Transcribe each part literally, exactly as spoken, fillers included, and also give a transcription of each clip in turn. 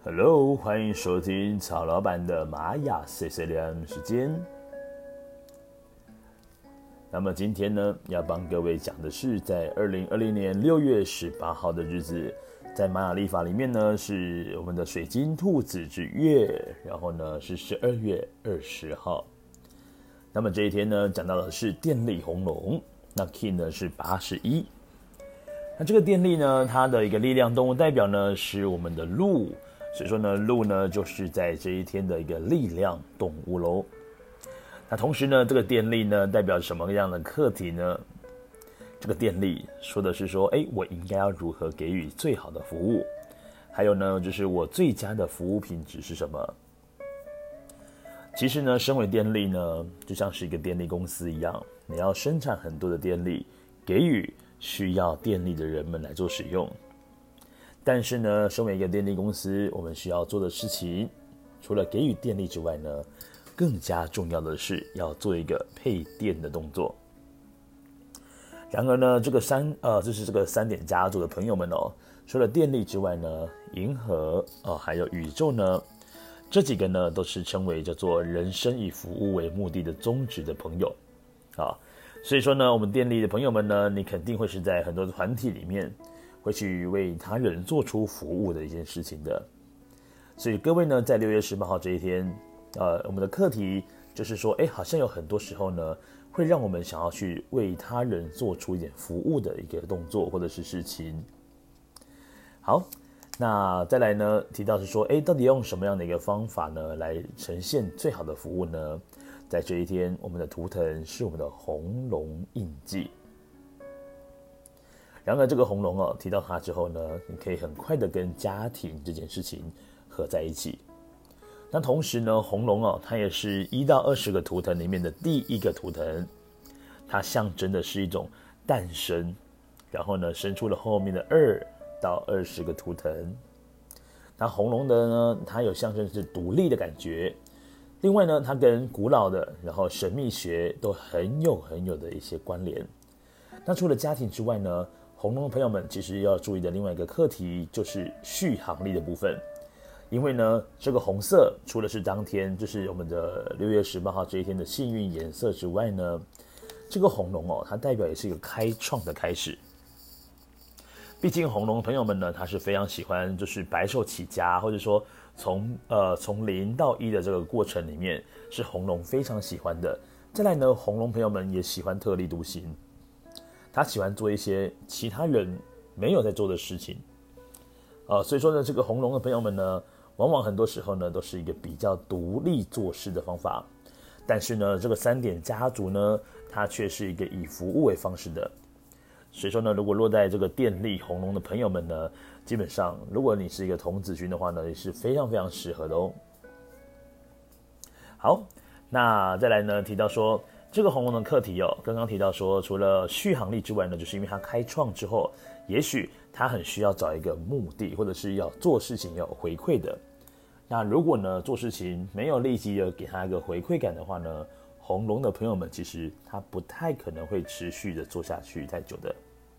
Hello， 欢迎收听曹老板的玛雅 C C L M 时间。那么今天呢，要帮各位讲的是，在二零二零年六月十八号的日子，在玛雅历法里面呢，是我们的水晶兔子之月，然后呢是十二月二十号。那么这一天呢，讲到的是电力红龙，那 Key 呢是八十一。那这个电力呢，它的一个力量动物代表呢是我们的鹿。所以说呢，鹿呢就是在这一天的一个力量动物咯。那同时呢，这个电力呢代表什么样的课题呢？这个电力说的是说，哎，我应该要如何给予最好的服务？还有呢，就是我最佳的服务品质是什么？其实呢，身为电力呢，就像是一个电力公司一样，你要生产很多的电力，给予需要电力的人们来做使用。但是呢，身为一个电力公司，我们需要做的事情，除了给予电力之外呢，更加重要的是要做一个配电的动作。然而呢，这个三呃，就是这个三点家族的朋友们哦，除了电力之外呢，银河呃，还有宇宙呢，这几个呢都是称为叫做人生以服务为目的的宗旨的朋友啊。所以说呢，我们电力的朋友们呢，你肯定会是在很多的团体里面。会去为他人做出服务的一件事情的，所以各位呢，在六月十八号这一天，呃，我们的课题就是说，哎，好像有很多时候呢，会让我们想要去为他人做出一点服务的一个动作或者是事情。好，那再来呢，提到是说，哎，到底用什么样的一个方法呢，来呈现最好的服务呢？在这一天，我们的图腾是我们的红龙印记。然而这个红龙哦，提到它之后呢，你可以很快的跟家庭这件事情合在一起。那同时呢，红龙哦，它也是一到二十个图腾里面的第一个图腾，它象征的是一种诞生，然后呢，生出了后面的二到二十个图腾。那红龙的呢，它有象征是独立的感觉。另外呢，它跟古老的，然后神秘学都很有很有的一些关联。那除了家庭之外呢？红龙的朋友们其实要注意的另外一个课题就是续航力的部分，因为呢，这个红色除了是当天就是我们的六月十八号这一天的幸运颜色之外呢，这个红龙哦，它代表也是一个开创的开始。毕竟红龙的朋友们呢，他是非常喜欢就是白手起家，或者说从呃从零到一的这个过程里面，是红龙非常喜欢的。再来呢，红龙朋友们也喜欢特立独行。他喜欢做一些其他人没有在做的事情，呃，所以说呢，这个红龙的朋友们呢，往往很多时候呢，都是一个比较独立做事的方法。但是呢，这个三点家族呢，它却是一个以服务为方式的。所以说呢，如果落在这个电力红龙的朋友们呢，基本上如果你是一个童子军的话呢，也是非常非常适合的哦。好，那再来呢，提到说。这个红龙的课题哦，刚刚提到说，除了续航力之外呢，就是因为它开创之后，也许它很需要找一个目的，或者是要做事情要有回馈的。那如果呢做事情没有立即的给它一个回馈感的话呢，红龙的朋友们其实他不太可能会持续的做下去太久的。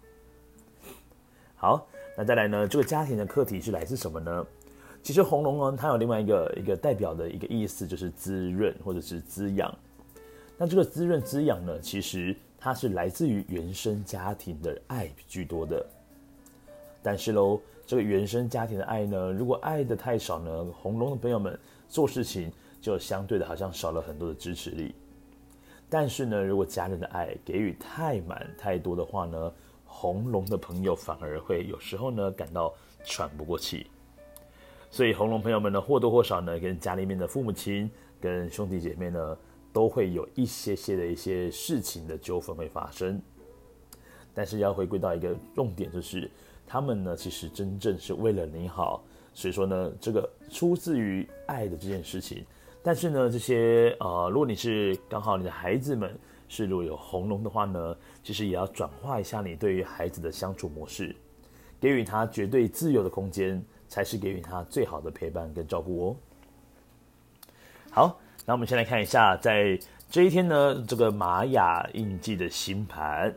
好，那再来呢，这个家庭的课题是来自什么呢？其实红龙呢，它有另外一个一个代表的一个意思，就是滋润或者是滋养。那这个滋润滋养呢，其实它是来自于原生家庭的爱居多的。但是咯，这个原生家庭的爱呢，如果爱的太少呢，红龙的朋友们做事情就相对的好像少了很多的支持力。但是呢，如果家人的爱给予太满太多的话呢，红龙的朋友反而会有时候呢感到喘不过气。所以红龙朋友们呢，或多或少呢，跟家里面的父母亲跟兄弟姐妹呢，都会有一些些的一些事情的纠纷会发生，但是要回归到一个重点，就是他们呢其实真正是为了你好，所以说呢这个出自于爱的这件事情。但是呢这些呃，如果你是刚好你的孩子们是如果有红龙的话呢，其实也要转化一下你对于孩子的相处模式，给予他绝对自由的空间，才是给予他最好的陪伴跟照顾哦。好。那我们先来看一下，在这一天呢，这个玛雅印记的星盘，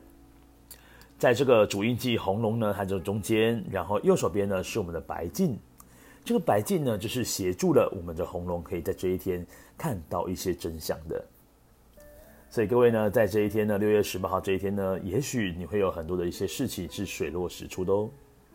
在这个主印记红龙呢，它就中间，然后右手边呢是我们的白镜， 这个白镜呢，就是协助了我们的红龙可以在这一天看到一些真相的。所以各位呢，在这一天呢，六月十八号这一天呢，也许你会有很多的一些事情是水落石出的哦。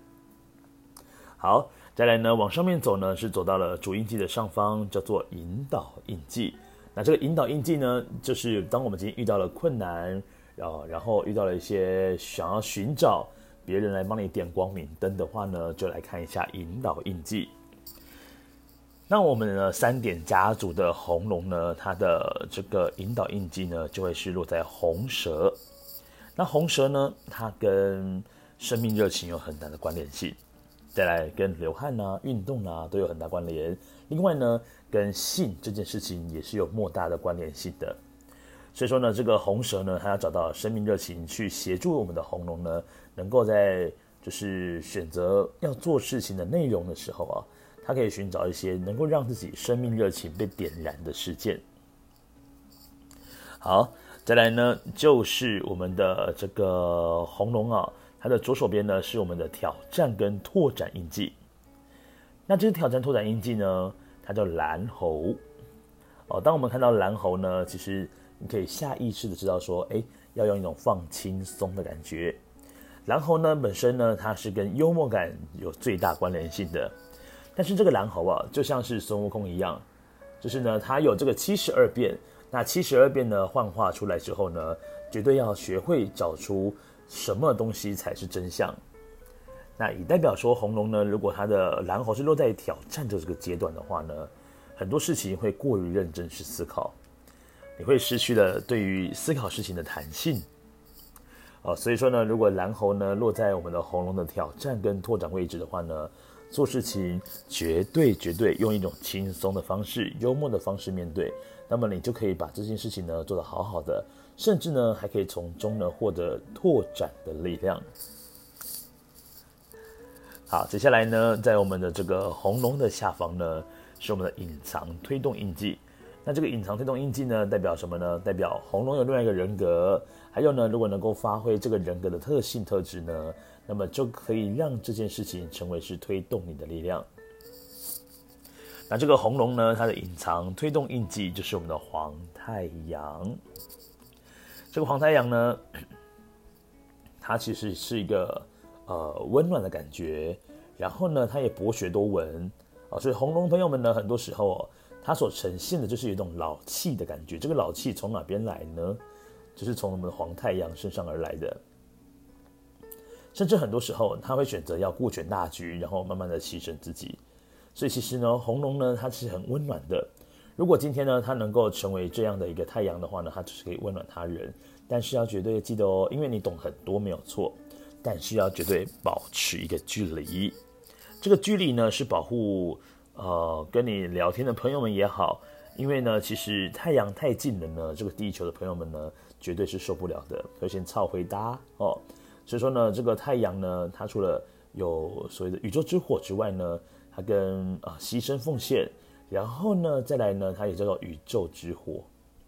好，再来呢，往上面走呢，是走到了主印记的上方，叫做引导印记。那这个引导印记呢，就是当我们今天遇到了困难，然后然后遇到了一些想要寻找别人来帮你点光明灯的话呢，就来看一下引导印记。那我们呢三点家族的红龙呢，它的这个引导印记呢，就会是落在红蛇。那红蛇呢，它跟生命热情有很大的关联性。再来跟流汗啊、运动啊都有很大关联。另外呢，跟性这件事情也是有莫大的关联性的。所以说呢，这个红蛇呢，它要找到生命热情去协助我们的红龙呢，能够在就是选择要做事情的内容的时候啊，它可以寻找一些能够让自己生命热情被点燃的事件。好，再来呢，就是我们的这个红龙啊。它的左手边呢是我们的挑战跟拓展印记，那这个挑战拓展印记呢，它叫蓝猴哦。当我们看到蓝猴呢，其实你可以下意识的知道说，哎，要用一种放轻松的感觉。蓝猴呢本身呢，它是跟幽默感有最大关联性的，但是这个蓝猴啊，就像是孙悟空一样，就是呢，它有这个七十二变，那七十二变呢幻化出来之后呢，绝对要学会找出什么东西才是真相？那以代表说红龙呢，如果它的蓝猴是落在挑战的这个阶段的话呢，很多事情会过于认真去思考，你会失去了对于思考事情的弹性。哦，所以说呢，如果蓝猴呢落在我们的红龙的挑战跟拓展位置的话呢，做事情绝对绝对用一种轻松的方式、幽默的方式面对，那么你就可以把这件事情呢做得好好的。甚至呢，还可以从中呢获得拓展的力量。好，接下来呢，在我们的这个红龙的下方呢，是我们的隐藏推动印记。那这个隐藏推动印记呢，代表什么呢？代表红龙有另外一个人格，还有呢，如果能够发挥这个人格的特性特质呢，那么就可以让这件事情成为是推动你的力量。那这个红龙呢，它的隐藏推动印记就是我们的黄太阳。这个黄太阳呢，它其实是一个呃温暖的感觉，然后呢，它也博学多闻啊，所以红龙朋友们呢，很多时候哦，它所呈现的就是有一种老气的感觉。这个老气从哪边来呢？就是从我们的黄太阳身上而来的。甚至很多时候，他会选择要顾全大局，然后慢慢的牺牲自己。所以其实呢，红龙呢，它是很温暖的。如果今天呢，它能够成为这样的一个太阳的话呢，它就是可以温暖他人。但是要绝对记得哦，因为你懂很多没有错，但是要绝对保持一个距离。这个距离呢，是保护呃跟你聊天的朋友们也好，因为呢，其实太阳太近了呢，这个地球的朋友们呢，绝对是受不了的，会先超回答哦。所以说呢，这个太阳呢，它除了有所谓的宇宙之火之外呢，它跟啊、呃、牺牲奉献。然后呢，再来呢，它也叫做宇宙之火。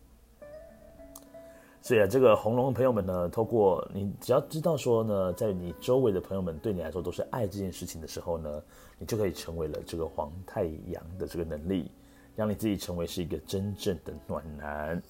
所以啊，这个红龙的朋友们呢，透过你只要知道说呢，在你周围的朋友们对你来说都是爱这件事情的时候呢，你就可以成为了这个黄太阳的这个能力，让你自己成为是一个真正的暖男。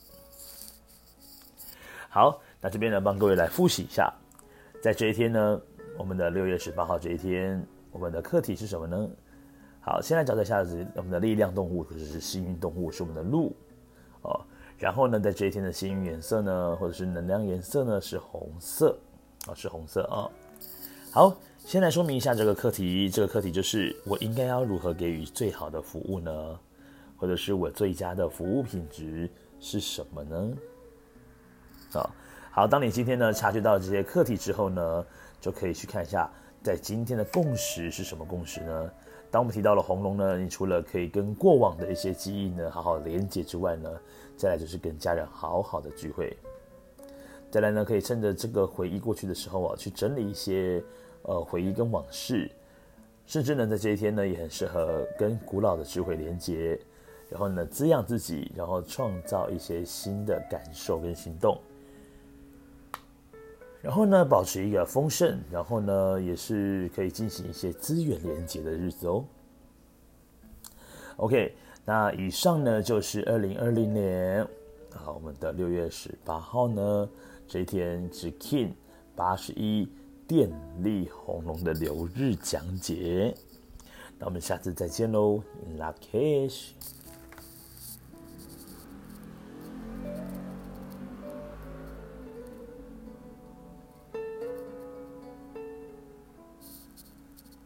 好，那这边呢，帮各位来复习一下，在这一天呢，我们的六月十八号这一天，我们的课题是什么呢？好，先来找一下子我们的力量动物，或者是幸运动物，是我们的鹿哦。然后呢，在这一天的幸运颜色呢，或者是能量颜色呢，是红色啊、哦，是红色啊、哦。好，先来说明一下这个课题。这个课题就是我应该要如何给予最好的服务呢？或者是我最佳的服务品质是什么呢？啊、哦，好，当你今天呢察觉到这些课题之后呢，就可以去看一下，在今天的共识是什么共识呢？当我们提到了红龙呢，你除了可以跟过往的一些记忆呢好好连接之外呢，再来就是跟家人好好的聚会。再来呢，可以趁着这个回忆过去的时候啊，去整理一些呃回忆跟往事，甚至呢在这一天呢，也很适合跟古老的智慧连接，然后呢滋养自己，然后创造一些新的感受跟行动。然后呢，保持一个丰盛，然后呢，也是可以进行一些资源连结的日子哦。 OK， 那以上呢就是二零二零年啊，我们的六月十八号呢，这一天是 King 八十一电力红龙的流日讲解。那我们下次再见喽 ，In Lak'ech。